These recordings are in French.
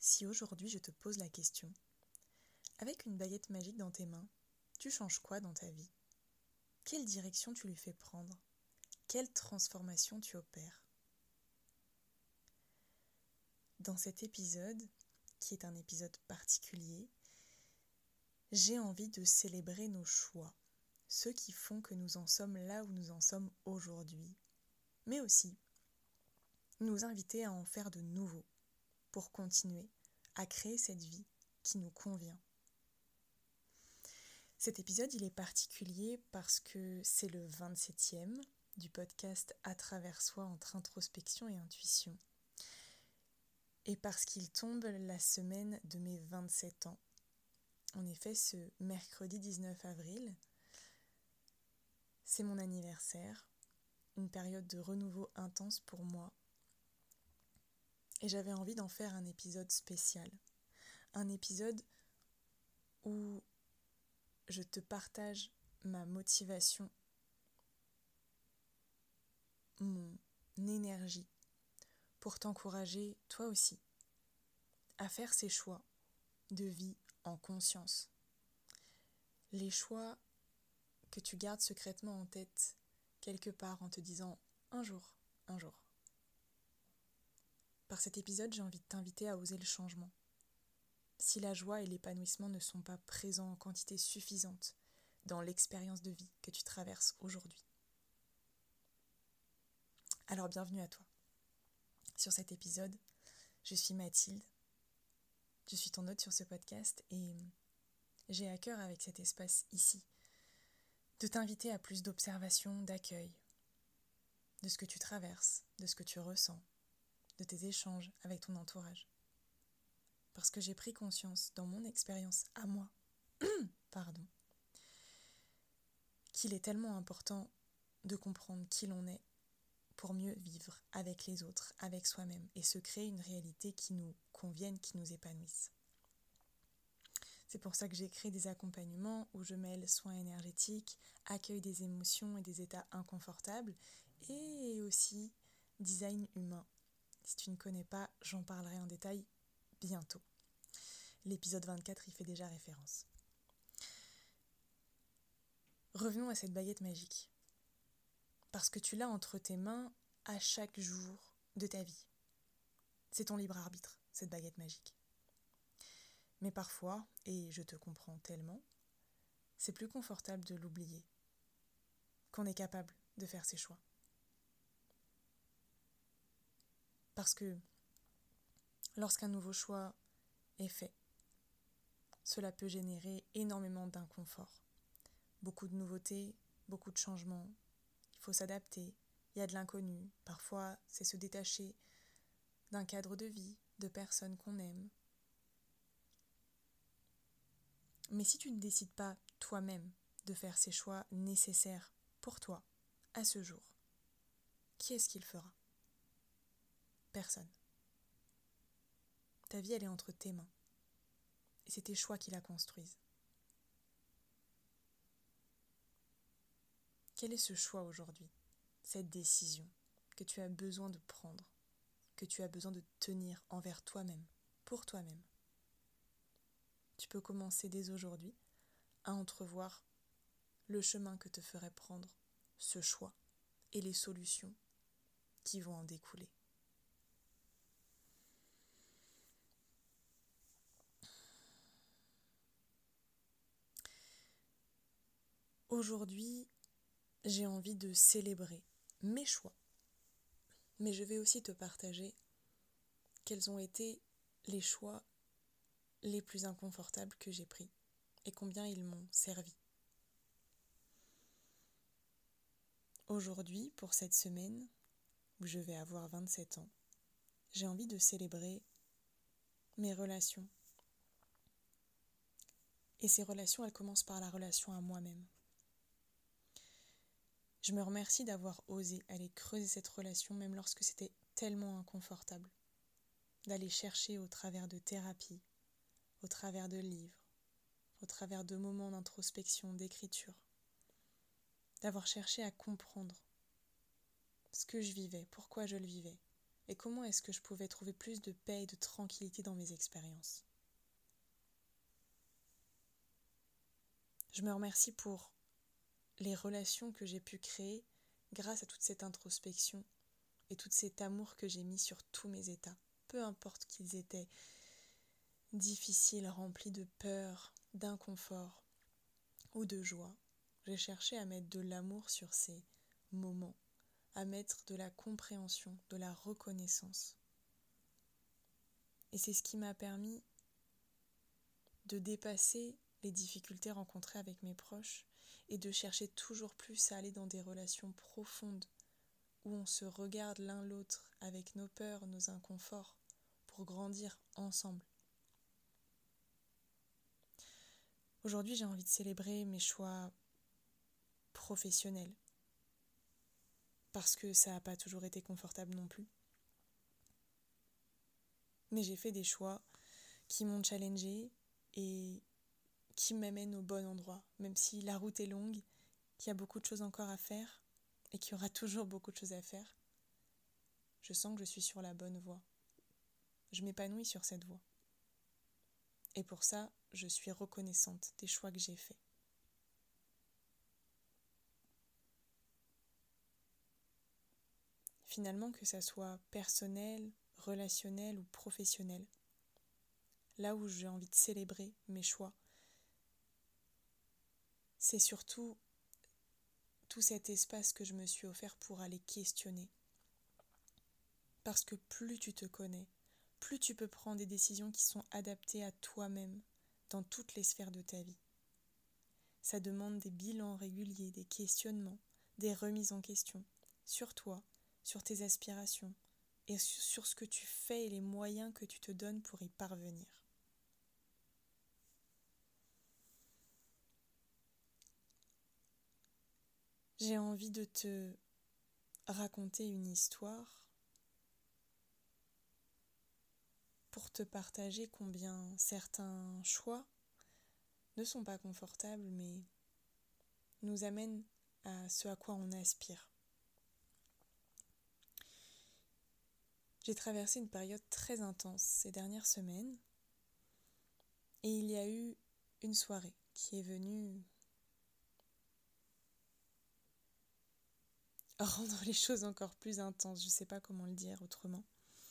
Si aujourd'hui je te pose la question, avec une baguette magique dans tes mains, tu changes quoi dans ta vie? Quelle direction tu lui fais prendre? Quelle transformation tu opères? Dans cet épisode, qui est un épisode particulier, j'ai envie de célébrer nos choix, ceux qui font que nous en sommes là où nous en sommes aujourd'hui, mais aussi nous inviter à en faire de nouveaux pour continuer à créer cette vie qui nous convient. Cet épisode, il est particulier parce que c'est le 27e du podcast À travers soi entre introspection et intuition. Et parce qu'il tombe la semaine de mes 27 ans. En effet, ce mercredi 19 avril, c'est mon anniversaire, une période de renouveau intense pour moi. Et j'avais envie d'en faire un épisode spécial. Un épisode où je te partage ma motivation, mon énergie pour t'encourager, toi aussi, à faire ces choix de vie en conscience. Les choix que tu gardes secrètement en tête, quelque part en te disant un jour. Par cet épisode, j'ai envie de t'inviter à oser le changement. Si la joie et l'épanouissement ne sont pas présents en quantité suffisante dans l'expérience de vie que tu traverses aujourd'hui. Alors bienvenue à toi. Sur cet épisode, je suis Mathilde, je suis ton hôte sur ce podcast et j'ai à cœur avec cet espace ici de t'inviter à plus d'observation, d'accueil, de ce que tu traverses, de ce que tu ressens, de tes échanges avec ton entourage. Parce que j'ai pris conscience dans mon expérience à moi, qu'il est tellement important de comprendre qui l'on est pour mieux vivre avec les autres, avec soi-même et se créer une réalité qui nous convienne, qui nous épanouisse. C'est pour ça que j'ai créé des accompagnements où je mêle soins énergétiques, accueil des émotions et des états inconfortables et aussi design humain. Si tu ne connais pas, j'en parlerai en détail bientôt. L'épisode 24 y fait déjà référence. Revenons à cette baguette magique. Parce que tu l'as entre tes mains à chaque jour de ta vie. C'est ton libre arbitre, cette baguette magique. Mais parfois, et je te comprends tellement, c'est plus confortable de l'oublier, qu'on est capable de faire ses choix. Parce que lorsqu'un nouveau choix est fait, cela peut générer énormément d'inconfort. Beaucoup de nouveautés, beaucoup de changements, il faut s'adapter, il y a de l'inconnu, parfois c'est se détacher d'un cadre de vie, de personnes qu'on aime. Mais si tu ne décides pas toi-même de faire ces choix nécessaires pour toi, à ce jour, qui est-ce qui le fera? Personne. Ta vie, elle est entre tes mains. Et c'est tes choix qui la construisent. Quel est ce choix aujourd'hui? Cette décision que tu as besoin de prendre, que tu as besoin de tenir envers toi-même, pour toi-même. Tu peux commencer dès aujourd'hui à entrevoir le chemin que te ferait prendre ce choix et les solutions qui vont en découler. Aujourd'hui, j'ai envie de célébrer mes choix, mais je vais aussi te partager quels ont été les choix les plus inconfortables que j'ai pris et combien ils m'ont servi. Aujourd'hui, pour cette semaine, où je vais avoir 27 ans, j'ai envie de célébrer mes relations. Et ces relations, elles commencent par la relation à moi-même. Je me remercie d'avoir osé aller creuser cette relation, même lorsque c'était tellement inconfortable. D'aller chercher au travers de thérapies, au travers de livres, au travers de moments d'introspection, d'écriture. D'avoir cherché à comprendre ce que je vivais, pourquoi je le vivais, et comment est-ce que je pouvais trouver plus de paix et de tranquillité dans mes expériences. Je me remercie pour les relations que j'ai pu créer grâce à toute cette introspection et tout cet amour que j'ai mis sur tous mes états, peu importe qu'ils étaient difficiles, remplis de peur, d'inconfort ou de joie. J'ai cherché à mettre de l'amour sur ces moments, à mettre de la compréhension, de la reconnaissance. Et c'est ce qui m'a permis de dépasser les difficultés rencontrées avec mes proches et de chercher toujours plus à aller dans des relations profondes où on se regarde l'un l'autre avec nos peurs, nos inconforts, pour grandir ensemble. Aujourd'hui, j'ai envie de célébrer mes choix professionnels, parce que ça n'a pas toujours été confortable non plus. Mais j'ai fait des choix qui m'ont challengée et qui m'amènent au bon endroit, même si la route est longue, qu'il y a beaucoup de choses encore à faire et qu'il y aura toujours beaucoup de choses à faire. Je sens que je suis sur la bonne voie. Je m'épanouis sur cette voie. Et pour ça, je suis reconnaissante des choix que j'ai faits. Finalement, que ça soit personnel, relationnel ou professionnel, là où j'ai envie de célébrer mes choix, c'est surtout tout cet espace que je me suis offert pour aller questionner. Parce que plus tu te connais, plus tu peux prendre des décisions qui sont adaptées à toi-même dans toutes les sphères de ta vie. Ça demande des bilans réguliers, des questionnements, des remises en question sur toi, sur tes aspirations et sur ce que tu fais et les moyens que tu te donnes pour y parvenir. J'ai envie de te raconter une histoire pour te partager combien certains choix ne sont pas confortables mais nous amènent à ce à quoi on aspire. J'ai traversé une période très intense ces dernières semaines et il y a eu une soirée qui est venue rendre les choses encore plus intenses, je ne sais pas comment le dire autrement.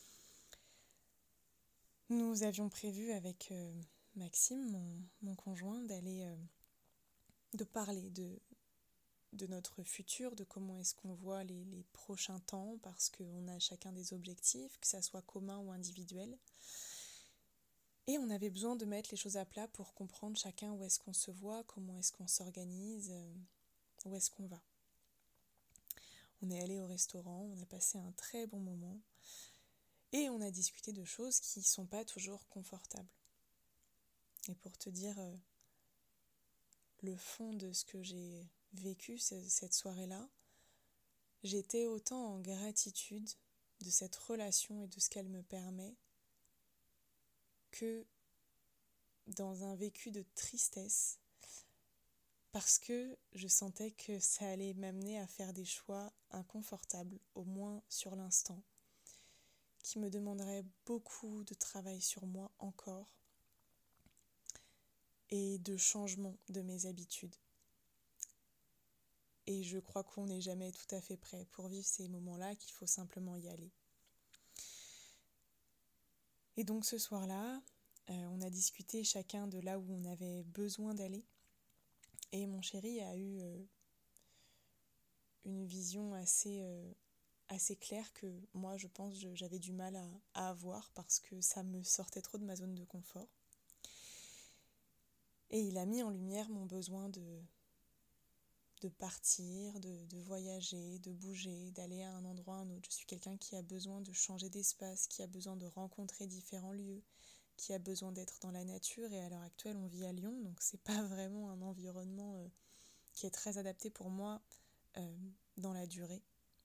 Nous avions prévu avec Maxime, mon conjoint, de parler de notre futur, de comment est-ce qu'on voit les prochains temps, parce qu'on a chacun des objectifs, que ça soit commun ou individuel. Et on avait besoin de mettre les choses à plat pour comprendre chacun où est-ce qu'on se voit, comment est-ce qu'on s'organise, où est-ce qu'on va. On est allé au restaurant, on a passé un très bon moment et on a discuté de choses qui ne sont pas toujours confortables. Et pour te dire le fond de ce que j'ai vécu cette soirée-là, j'étais autant en gratitude de cette relation et de ce qu'elle me permet que dans un vécu de tristesse, parce que je sentais que ça allait m'amener à faire des choix inconfortables, au moins sur l'instant, qui me demanderaient beaucoup de travail sur moi encore et de changement de mes habitudes. Et je crois qu'on n'est jamais tout à fait prêt pour vivre ces moments-là, qu'il faut simplement y aller. Et donc ce soir-là, on a discuté chacun de là où on avait besoin d'aller. Et mon chéri a eu une vision assez claire que moi, je pense, j'avais du mal à avoir parce que ça me sortait trop de ma zone de confort. Et il a mis en lumière mon besoin de partir, de voyager, de bouger, d'aller à un endroit à un autre. Je suis quelqu'un qui a besoin de changer d'espace, qui a besoin de rencontrer différents lieux, qui a besoin d'être dans la nature. Et à l'heure actuelle, on vit à Lyon, donc c'est pas vraiment un environnement qui est très adapté pour moi dans la durée.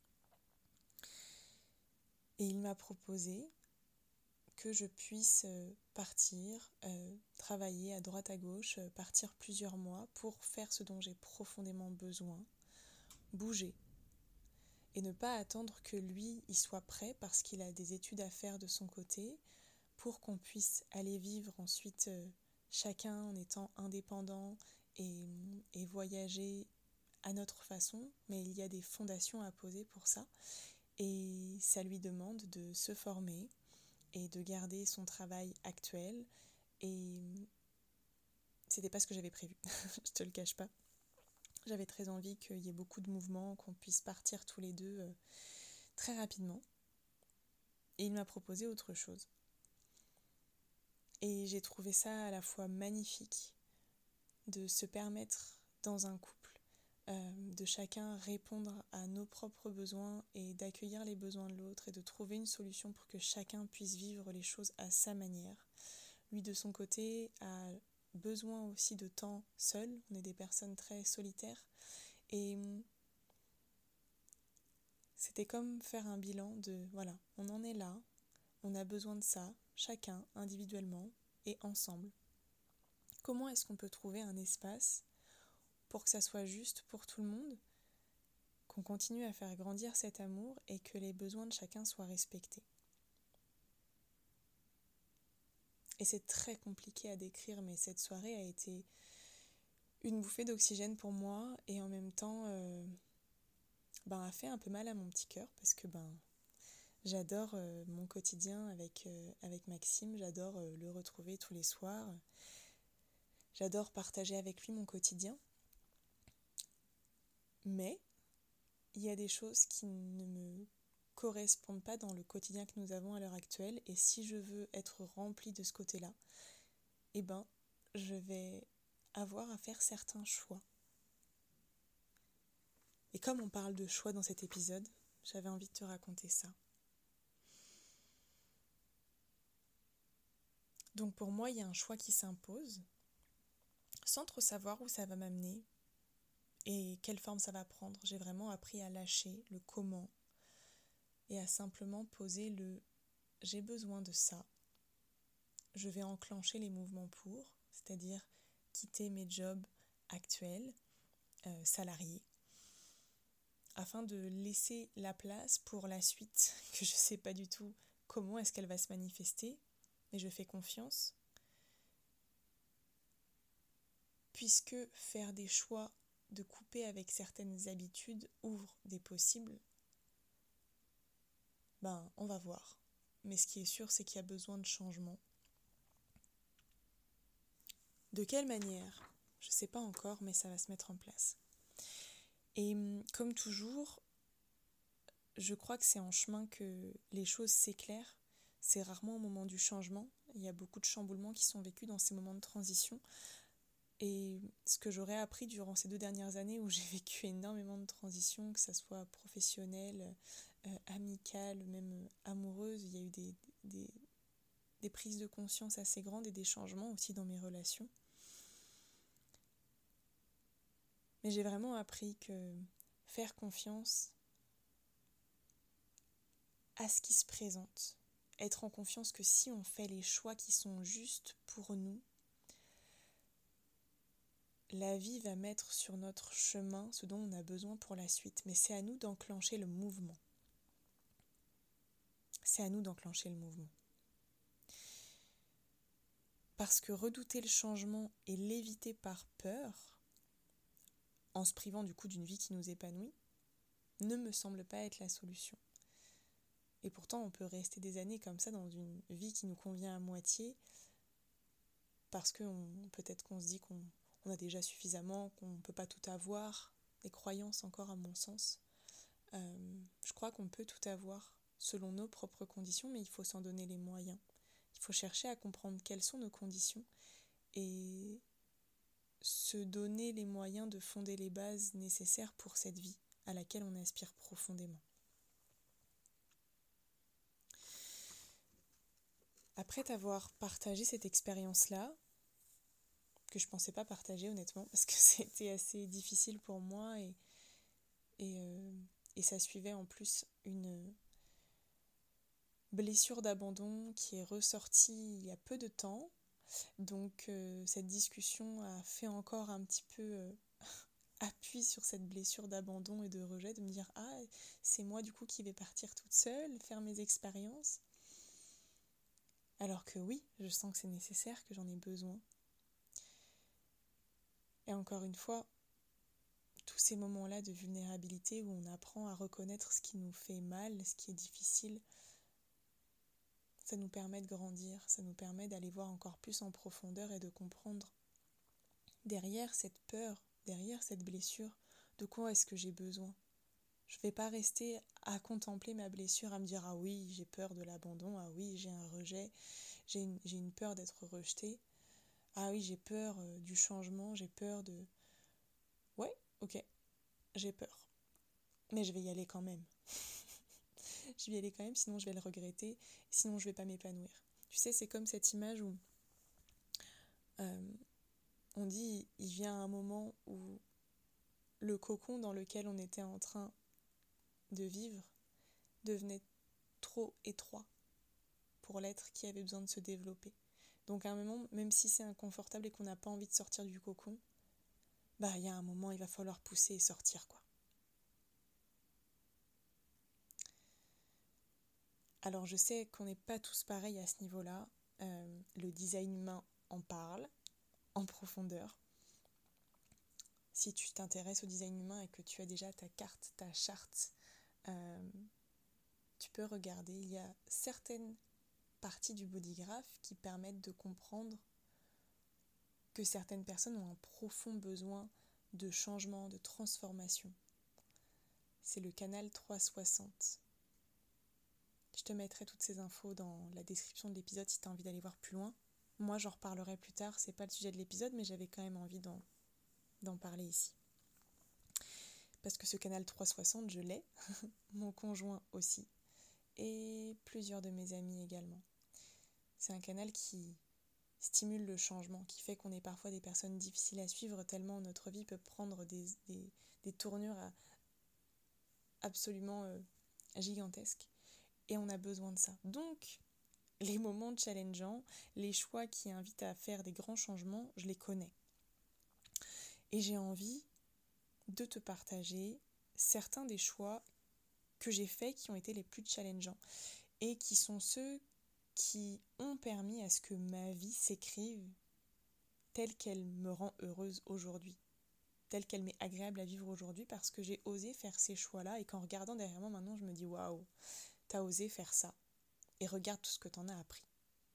Et il m'a proposé que je puisse partir, travailler à droite à gauche, partir plusieurs mois pour faire ce dont j'ai profondément besoin, bouger. et ne pas attendre que lui il soit prêt parce qu'il a des études à faire de son côté pour qu'on puisse aller vivre ensuite chacun en étant indépendant et voyager à notre façon, mais il y a des fondations à poser pour ça et ça lui demande de se former et de garder son travail actuel et c'était pas ce que j'avais prévu, je te le cache pas. J'avais très envie qu'il y ait beaucoup de mouvements, qu'on puisse partir tous les deux très rapidement. Et il m'a proposé autre chose. Et j'ai trouvé ça à la fois magnifique de se permettre dans un couple de chacun répondre à nos propres besoins et d'accueillir les besoins de l'autre et de trouver une solution pour que chacun puisse vivre les choses à sa manière. Lui de son côté a besoin aussi de temps seul, on est des personnes très solitaires et c'était comme faire un bilan de voilà, on en est là, on a besoin de ça, chacun individuellement et ensemble. Comment est-ce qu'on peut trouver un espace pour que ça soit juste pour tout le monde, qu'on continue à faire grandir cet amour et que les besoins de chacun soient respectés. Et c'est très compliqué à décrire, mais cette soirée a été une bouffée d'oxygène pour moi et en même temps a fait un peu mal à mon petit cœur parce que j'adore mon quotidien avec Maxime, j'adore le retrouver tous les soirs, j'adore partager avec lui mon quotidien. Mais il y a des choses qui ne me correspondent pas dans le quotidien que nous avons à l'heure actuelle et si je veux être remplie de ce côté-là, je vais avoir à faire certains choix. Et comme on parle de choix dans cet épisode, j'avais envie de te raconter ça. Donc pour moi, il y a un choix qui s'impose, sans trop savoir où ça va m'amener et quelle forme ça va prendre. J'ai vraiment appris à lâcher le comment et à simplement poser le « j'ai besoin de ça ». Je vais enclencher les mouvements pour, c'est-à-dire quitter mes jobs actuels, salariés, afin de laisser la place pour la suite, que je ne sais pas du tout comment est-ce qu'elle va se manifester, mais je fais confiance, puisque faire des choix de couper avec certaines habitudes ouvre des possibles, on va voir. Mais ce qui est sûr, c'est qu'il y a besoin de changement. De quelle manière ? Je ne sais pas encore, mais ça va se mettre en place. Et comme toujours, je crois que c'est en chemin que les choses s'éclairent. C'est rarement au moment du changement. Il y a beaucoup de chamboulements qui sont vécus dans ces moments de transition. Et ce que j'aurais appris durant ces 2 dernières années où j'ai vécu énormément de transitions, que ça soit professionnelle, amicale, même amoureuse, il y a eu des prises de conscience assez grandes et des changements aussi dans mes relations. Mais j'ai vraiment appris que faire confiance à ce qui se présente, être en confiance que si on fait les choix qui sont justes pour nous, la vie va mettre sur notre chemin ce dont on a besoin pour la suite. Mais c'est à nous d'enclencher le mouvement. C'est à nous d'enclencher le mouvement. Parce que redouter le changement et l'éviter par peur, en se privant du coup d'une vie qui nous épanouit, ne me semble pas être la solution. Et pourtant, on peut rester des années comme ça dans une vie qui nous convient à moitié, parce que peut-être qu'on se dit qu'on a déjà suffisamment, qu'on ne peut pas tout avoir, des croyances encore à mon sens. Je crois qu'on peut tout avoir selon nos propres conditions, mais il faut s'en donner les moyens. Il faut chercher à comprendre quelles sont nos conditions et se donner les moyens de fonder les bases nécessaires pour cette vie à laquelle on aspire profondément. Après t'avoir partagé cette expérience-là, que je ne pensais pas partager honnêtement, parce que c'était assez difficile pour moi et ça suivait en plus une blessure d'abandon qui est ressortie il y a peu de temps. Donc cette discussion a fait encore un petit peu appuie sur cette blessure d'abandon et de rejet, de me dire ah, c'est moi du coup qui vais partir toute seule, faire mes expériences. Alors que oui, je sens que c'est nécessaire, que j'en ai besoin. Et encore une fois, tous ces moments-là de vulnérabilité où on apprend à reconnaître ce qui nous fait mal, ce qui est difficile, ça nous permet de grandir, ça nous permet d'aller voir encore plus en profondeur et de comprendre derrière cette peur, derrière cette blessure, de quoi est-ce que j'ai besoin. Je ne vais pas rester à contempler ma blessure, à me dire « Ah oui, j'ai peur de l'abandon, ah oui, j'ai un rejet, j'ai une peur d'être rejetée, ah oui, j'ai peur du changement, j'ai peur de... » Ouais, ok, j'ai peur, mais je vais y aller quand même. Je vais y aller quand même, sinon je vais le regretter, sinon je vais pas m'épanouir. Tu sais, c'est comme cette image où on dit il vient un moment où le cocon dans lequel on était en train de vivre devenait trop étroit pour l'être qui avait besoin de se développer. Donc à un moment, même si c'est inconfortable et qu'on n'a pas envie de sortir du cocon, bah il y a un moment, il va falloir pousser et sortir, quoi. Alors je sais qu'on n'est pas tous pareils à ce niveau-là. Le design humain en parle en profondeur. Si tu t'intéresses au design humain et que tu as déjà ta carte, ta charte, tu peux regarder. Il y a certaines parties du bodygraph qui permettent de comprendre que certaines personnes ont un profond besoin de changement, de transformation. C'est le canal 360. Je te mettrai toutes ces infos dans la description de l'épisode si tu as envie d'aller voir plus loin. Moi, j'en reparlerai plus tard, c'est pas le sujet de l'épisode, mais j'avais quand même envie d'en parler ici. Parce que ce canal 360, je l'ai, mon conjoint aussi, et plusieurs de mes amis également. C'est un canal qui stimule le changement, qui fait qu'on est parfois des personnes difficiles à suivre tellement notre vie peut prendre des tournures absolument gigantesques. Et on a besoin de ça. Donc, les moments challengeants, les choix qui invitent à faire des grands changements, je les connais. Et j'ai envie de te partager certains des choix que j'ai faits qui ont été les plus challengeants et qui sont ceux qui ont permis à ce que ma vie s'écrive telle qu'elle me rend heureuse aujourd'hui, telle qu'elle m'est agréable à vivre aujourd'hui parce que j'ai osé faire ces choix-là et qu'en regardant derrière moi maintenant je me dis waouh, t'as osé faire ça et regarde tout ce que t'en as appris.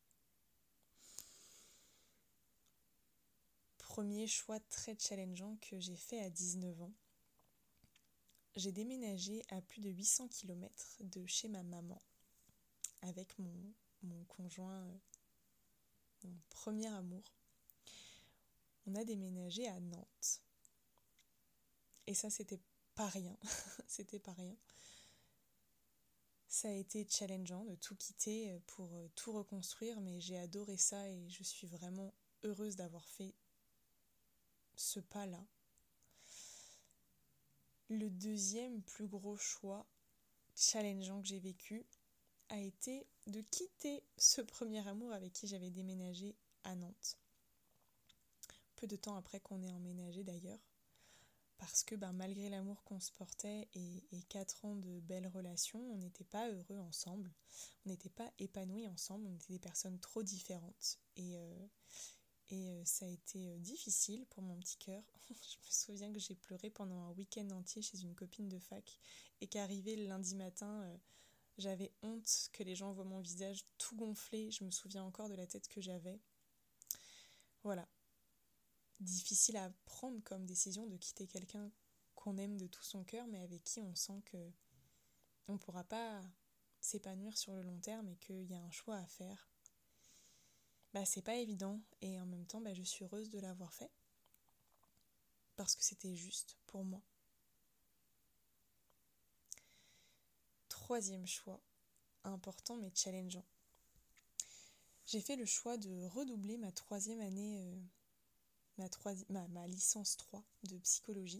Premier choix très challengeant que j'ai fait à 19 ans. J'ai déménagé à plus de 800 km de chez ma maman avec mon conjoint, mon premier amour. On a déménagé à Nantes. Et ça, c'était pas rien. C'était pas rien. Ça a été challengeant de tout quitter pour tout reconstruire, mais j'ai adoré ça et je suis vraiment heureuse d'avoir fait ce pas-là. Le deuxième plus gros choix challengeant que j'ai vécu a été de quitter ce premier amour avec qui j'avais déménagé à Nantes. Peu de temps après qu'on ait emménagé d'ailleurs, parce que malgré l'amour qu'on se portait et 4 ans de belles relations, on n'était pas heureux ensemble, on n'était pas épanouis ensemble, on était des personnes trop différentes. Et ça a été difficile pour mon petit cœur. Je me souviens que j'ai pleuré pendant un week-end entier chez une copine de fac et qu'arrivé le lundi matin, j'avais honte que les gens voient mon visage tout gonflé. Je me souviens encore de la tête que j'avais. Voilà. Difficile à prendre comme décision de quitter quelqu'un qu'on aime de tout son cœur, mais avec qui on sent que on ne pourra pas s'épanouir sur le long terme et qu'il y a un choix à faire. C'est pas évident et en même temps je suis heureuse de l'avoir fait parce que c'était juste pour moi. Troisième choix, important mais challengeant. J'ai fait le choix de redoubler ma troisième année, ma licence 3 de psychologie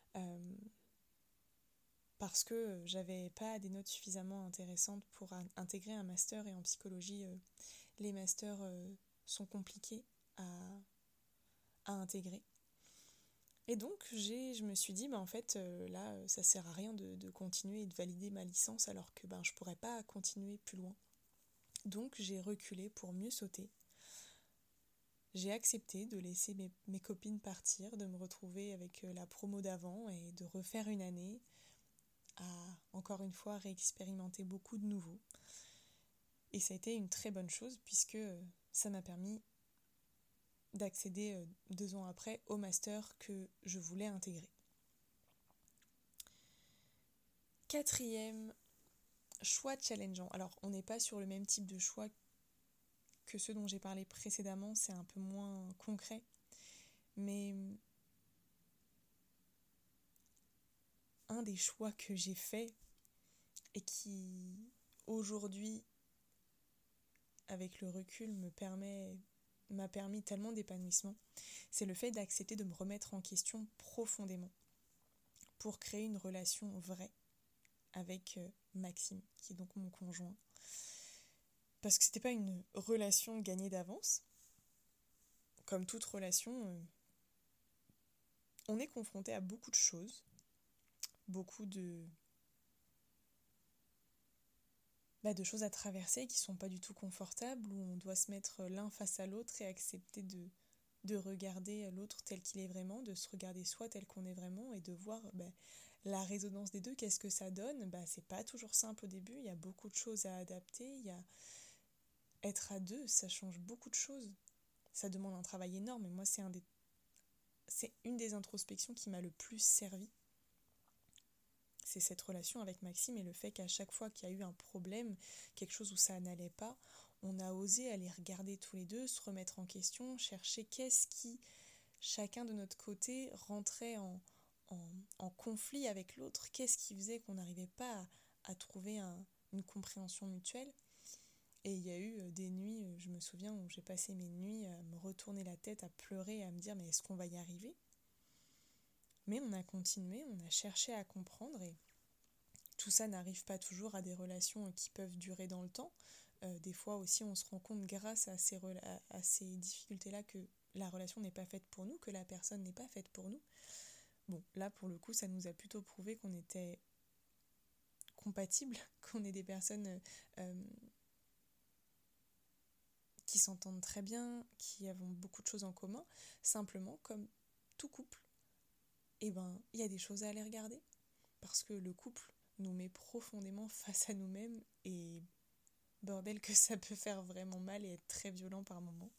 parce que j'avais pas des notes suffisamment intéressantes pour intégrer un master et en psychologie, les masters sont compliqués à intégrer. Et donc, je me suis dit, en fait, là, ça sert à rien de continuer et de valider ma licence alors que je pourrais pas continuer plus loin. Donc, j'ai reculé pour mieux sauter. J'ai accepté de laisser mes copines partir, de me retrouver avec la promo d'avant et de refaire une année à, encore une fois, réexpérimenter beaucoup de nouveaux. Et ça a été une très bonne chose puisque ça m'a permis d'accéder 2 ans après au master que je voulais intégrer. 4e choix challengeant. Alors, on n'est pas sur le même type de choix que ceux dont j'ai parlé précédemment, c'est un peu moins concret. Mais un des choix que j'ai fait et qui, aujourd'hui, avec le recul, m'a permis tellement d'épanouissement, c'est le fait d'accepter de me remettre en question profondément pour créer une relation vraie avec Maxime, qui est donc mon conjoint. Parce que c'était pas une relation gagnée d'avance. Comme toute relation, on est confronté à beaucoup de choses, beaucoup de choses à traverser qui sont pas du tout confortables, où on doit se mettre l'un face à l'autre et accepter de regarder l'autre tel qu'il est vraiment, de se regarder soi tel qu'on est vraiment et de voir la résonance des deux, qu'est-ce que ça donne. C'est pas toujours simple au début, il y a beaucoup de choses à adapter, être à deux, ça change beaucoup de choses. Ça demande un travail énorme et moi c'est une des introspections qui m'a le plus servi. C'est cette relation avec Maxime et le fait qu'à chaque fois qu'il y a eu un problème, quelque chose où ça n'allait pas, on a osé aller regarder tous les deux, se remettre en question, chercher qu'est-ce qui, chacun de notre côté, rentrait en conflit avec l'autre, qu'est-ce qui faisait qu'on n'arrivait pas à trouver une compréhension mutuelle. Et il y a eu des nuits, je me souviens, où j'ai passé mes nuits à me retourner la tête, à pleurer, à me dire mais est-ce qu'on va y arriver ? Mais on a continué, on a cherché à comprendre et tout ça n'arrive pas toujours à des relations qui peuvent durer dans le temps. Des fois aussi on se rend compte grâce à ces difficultés-là que la relation n'est pas faite pour nous, que la personne n'est pas faite pour nous. Bon, là pour le coup ça nous a plutôt prouvé qu'on était compatibles, qu'on est des personnes qui s'entendent très bien, qui avons beaucoup de choses en commun. Simplement, comme tout couple, il y a des choses à aller regarder. Parce que le couple nous met profondément face à nous-mêmes et bordel que ça peut faire vraiment mal et être très violent par moments.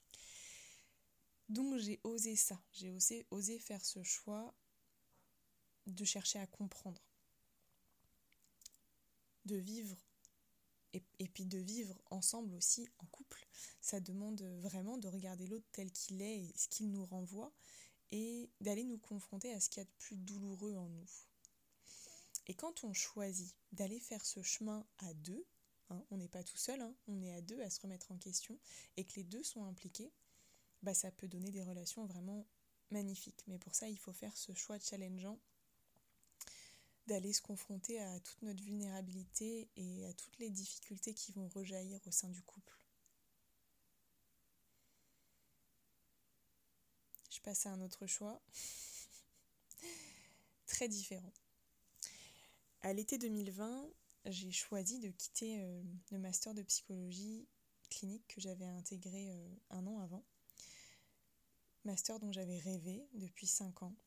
Donc j'ai osé ça, j'ai osé faire ce choix de chercher à comprendre, de vivre et puis de vivre ensemble aussi en couple. Ça demande vraiment de regarder l'autre tel qu'il est et ce qu'il nous renvoie et d'aller nous confronter à ce qu'il y a de plus douloureux en nous. Et quand on choisit d'aller faire ce chemin à deux, on n'est pas tout seul, on est à deux à se remettre en question, et que les deux sont impliqués, ça peut donner des relations vraiment magnifiques. Mais pour ça, il faut faire ce choix challengeant d'aller se confronter à toute notre vulnérabilité et à toutes les difficultés qui vont rejaillir au sein du couple. Je passe à un autre choix, très différent. À l'été 2020, j'ai choisi de quitter le master de psychologie clinique que j'avais intégré 1 an avant. Master dont j'avais rêvé depuis 5 ans.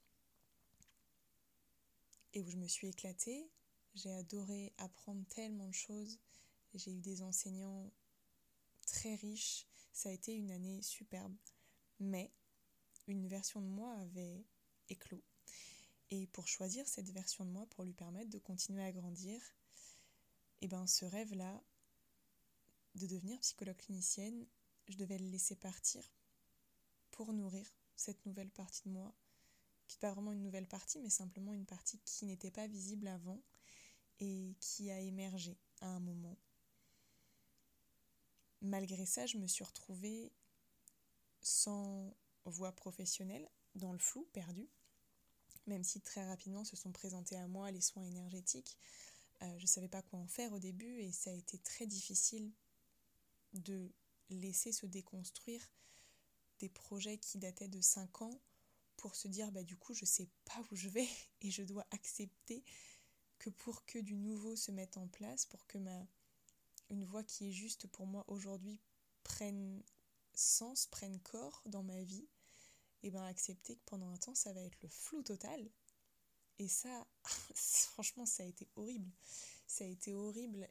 Et où je me suis éclatée. J'ai adoré apprendre tellement de choses. J'ai eu des enseignants très riches. Ça a été une année superbe. Mais une version de moi avait éclos. Et pour choisir cette version de moi, pour lui permettre de continuer à grandir, ce rêve-là, de devenir psychologue clinicienne, je devais le laisser partir pour nourrir cette nouvelle partie de moi, qui n'est pas vraiment une nouvelle partie, mais simplement une partie qui n'était pas visible avant et qui a émergé à un moment. Malgré ça, je me suis retrouvée sans voie professionnelle, dans le flou, perdue, même si très rapidement se sont présentés à moi les soins énergétiques. Je ne savais pas quoi en faire au début et ça a été très difficile de laisser se déconstruire des projets qui dataient de 5 ans pour se dire du coup je sais pas où je vais et je dois accepter que pour que du nouveau se mette en place, pour que une voie qui est juste pour moi aujourd'hui prenne sens, prenne corps dans ma vie, et accepter que pendant un temps ça va être le flou total. Et ça, franchement, ça a été horrible. Ça a été horrible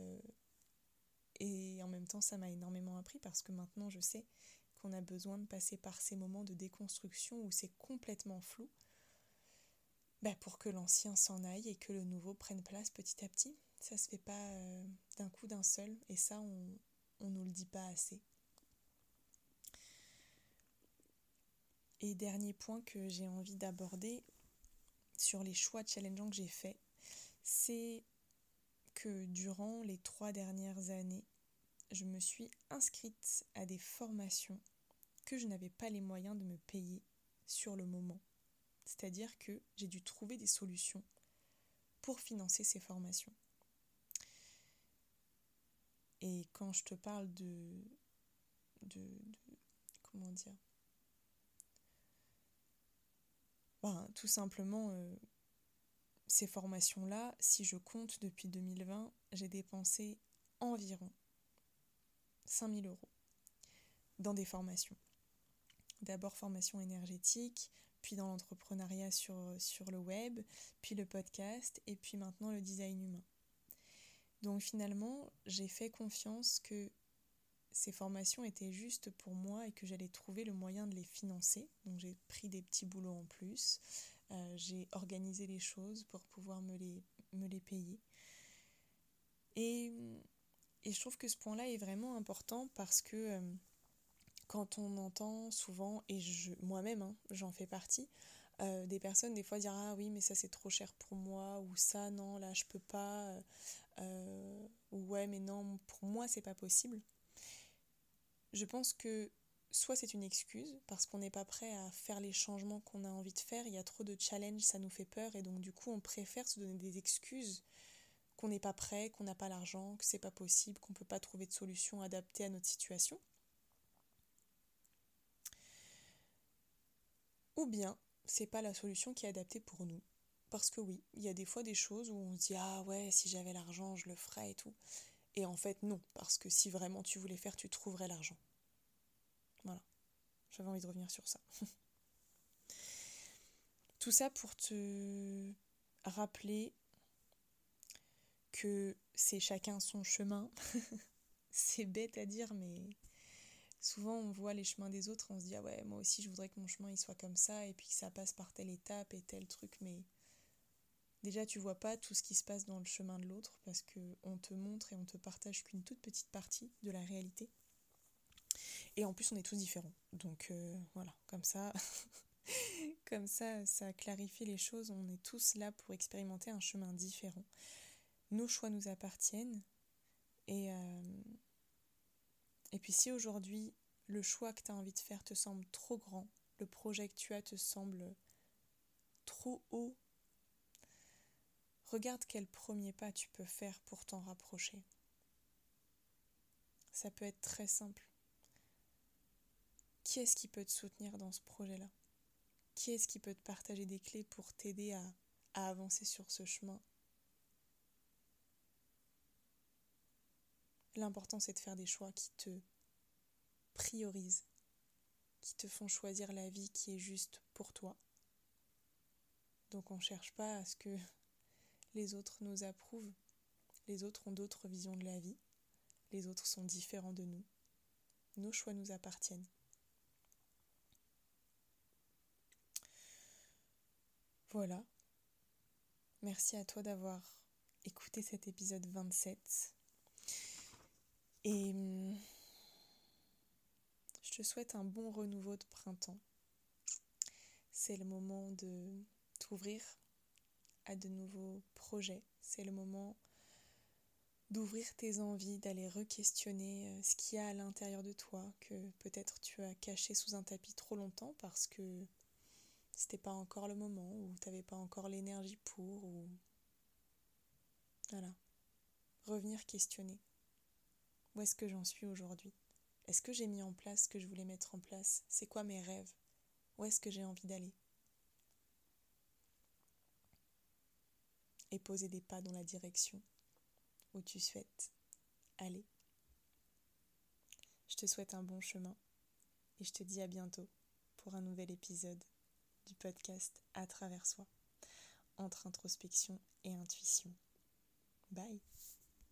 et en même temps, ça m'a énormément appris parce que maintenant, je sais qu'on a besoin de passer par ces moments de déconstruction où c'est complètement flou pour que l'ancien s'en aille et que le nouveau prenne place petit à petit. Ça se fait pas d'un coup d'un seul et ça, on nous le dit pas assez. Et dernier point que j'ai envie d'aborder sur les choix challengeants que j'ai faits, c'est que durant les 3 dernières années, je me suis inscrite à des formations que je n'avais pas les moyens de me payer sur le moment. C'est-à-dire que j'ai dû trouver des solutions pour financer ces formations. Et quand je te parle de comment dire, tout simplement, ces formations-là, si je compte depuis 2020, j'ai dépensé environ 5 000 € dans des formations. D'abord formation énergétique, puis dans l'entrepreneuriat sur le web, puis le podcast, et puis maintenant le design humain. Donc finalement, j'ai fait confiance que ces formations étaient justes pour moi et que j'allais trouver le moyen de les financer. Donc j'ai pris des petits boulots en plus, j'ai organisé les choses pour pouvoir me les payer. Et je trouve que ce point-là est vraiment important parce que quand on entend souvent, et moi-même, j'en fais partie, des personnes des fois dire « Ah oui, mais ça c'est trop cher pour moi » ou « Ça non, là je peux pas » ou « Ouais, mais non, pour moi c'est pas possible ». Je pense que soit c'est une excuse parce qu'on n'est pas prêt à faire les changements qu'on a envie de faire, il y a trop de challenges, ça nous fait peur et donc du coup on préfère se donner des excuses qu'on n'est pas prêt, qu'on n'a pas l'argent, que c'est pas possible, qu'on peut pas trouver de solution adaptée à notre situation. Ou bien, c'est pas la solution qui est adaptée pour nous. Parce que oui, il y a des fois des choses où on se dit « Ah ouais, si j'avais l'argent, je le ferais et tout ». Et en fait, non, parce que si vraiment tu voulais faire, tu trouverais l'argent. Voilà, j'avais envie de revenir sur ça. Tout ça pour te rappeler que c'est chacun son chemin. C'est bête à dire, mais souvent on voit les chemins des autres, on se dit « Ah ouais, moi aussi je voudrais que mon chemin il soit comme ça » et puis que ça passe par telle étape et tel truc, mais déjà tu vois pas tout ce qui se passe dans le chemin de l'autre parce qu'on te montre et on te partage qu'une toute petite partie de la réalité. Et en plus on est tous différents. Donc voilà, comme ça, ça clarifie les choses. On est tous là pour expérimenter un chemin différent. Nos choix nous appartiennent. Et puis si aujourd'hui le choix que tu as envie de faire te semble trop grand, le projet que tu as te semble trop haut, regarde quel premier pas tu peux faire pour t'en rapprocher. Ça peut être très simple. Qui est-ce qui peut te soutenir dans ce projet-là ? Qui est-ce qui peut te partager des clés pour t'aider à avancer sur ce chemin ? L'important, c'est de faire des choix qui te priorisent, qui te font choisir la vie qui est juste pour toi. Donc on ne cherche pas à ce que les autres nous approuvent. Les autres ont d'autres visions de la vie. Les autres sont différents de nous. Nos choix nous appartiennent. Voilà. Merci à toi d'avoir écouté cet épisode 27. Et je te souhaite un bon renouveau de printemps. C'est le moment de t'ouvrir à de nouveaux projets. C'est le moment d'ouvrir tes envies, d'aller re-questionner ce qu'il y a à l'intérieur de toi, que peut-être tu as caché sous un tapis trop longtemps parce que c'était pas encore le moment, ou tu n'avais pas encore l'énergie pour, ou... Voilà. Revenir questionner. Où est-ce que j'en suis aujourd'hui ? Est-ce que j'ai mis en place ce que je voulais mettre en place ? C'est quoi mes rêves ? Où est-ce que j'ai envie d'aller? Et poser des pas dans la direction où tu souhaites aller. Je te souhaite un bon chemin et je te dis à bientôt pour un nouvel épisode du podcast À travers soi, entre introspection et intuition. Bye!